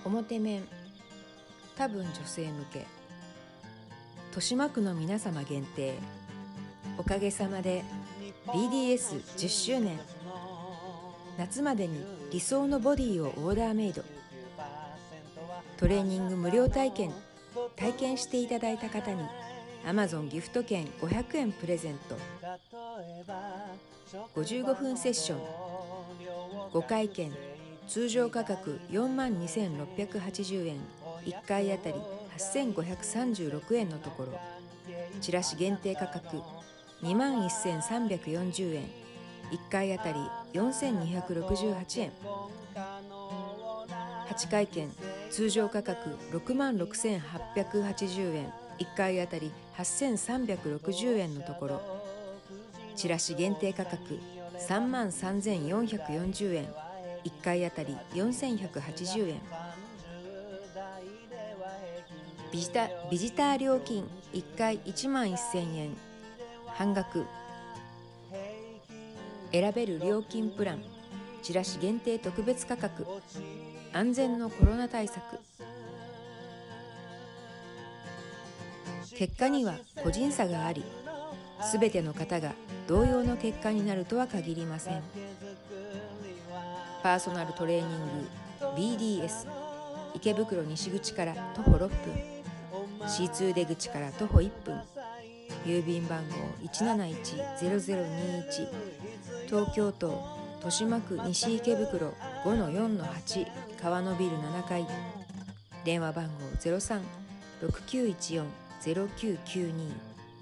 表面、多分女性向け。豊島区の皆様限定。おかげさまで BDS10 周年。夏までに理想のボディをオーダーメイド。トレーニング無料体験していただいた方に Amazon ギフト券500円プレゼント。55分セッション5回券、通常価格42,680円、1回あたり8,536円のところ、チラシ限定価格21,340円、1回あたり4,268円。8回券、通常価格66,880円、1回あたり8,360円のところ、チラシ限定価格33,440円、1回あたり4,180円。ビジター料金1回11,000円、半額。選べる料金プラン、チラシ限定特別価格、安全のコロナ対策。結果には個人差があり、すべての方が同様の結果になるとは限りません。パーソナルトレーニング BDS、 池袋西口から徒歩6分、 C2 出口から徒歩1分、郵便番号 171-0021、 東京都豊島区西池袋 5-4-8、 川のビル7階、電話番号 03-6914-0992。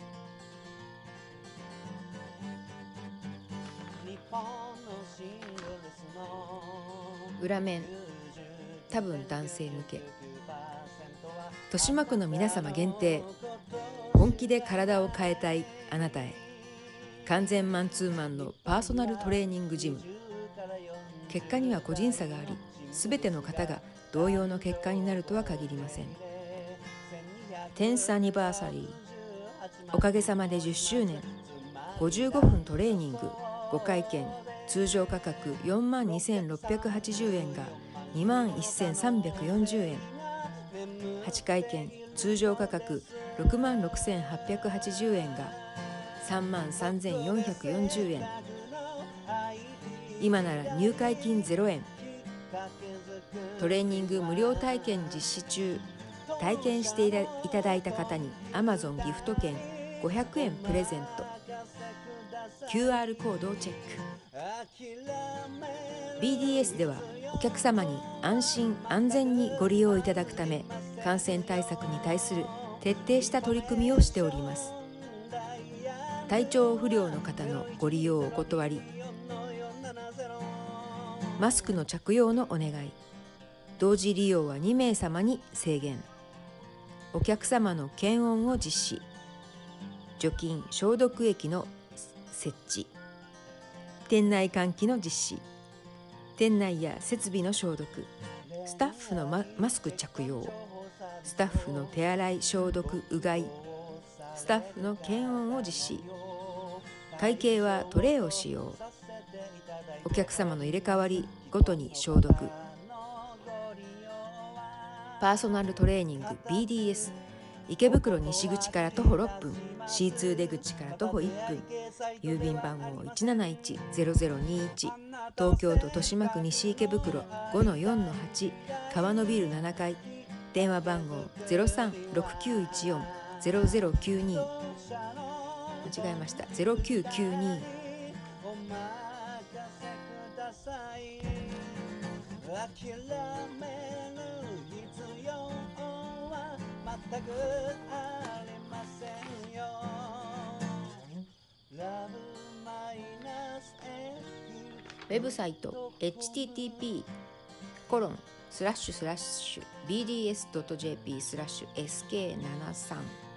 裏面、多分男性向け。豊島区の皆様限定、本気で体を変えたいあなたへ、完全マンツーマンのパーソナルトレーニングジム。結果には個人差があり、すべての方が同様の結果になるとは限りません。10thアニバーサリー、おかげさまで10周年。55分トレーニング5回券、通常価格42,680円が21,340円。8回券、通常価格66,880円が33,440円。今なら入会金0円。トレーニング無料体験実施中。体験していただいた方に Amazon ギフト券500円プレゼント。QR コードをチェック。BDS ではお客様に安心安全にご利用いただくため、感染対策に対する徹底した取り組みをしております。体調不良の方のご利用をお断り、マスクの着用のお願い、同時利用は2名様に制限、お客様の検温を実施、除菌消毒液の設置、店内換気の実施、店内や設備の消毒、スタッフのマスク着用、スタッフの手洗い消毒うがい、スタッフの検温を実施。会計はトレイを使用。お客様の入れ替わりごとに消毒。パーソナルトレーニング BDS、 池袋西口から徒歩6分、 C2 出口から徒歩1分、郵便番号 171-0021、 東京都豊島区西池袋 5-4-8、 川のビル7階、電話番号 03-6914-0092、 間違えました、0992。諦める必要は全くありませんよ。ウェブサイト http://bds.jp/sk73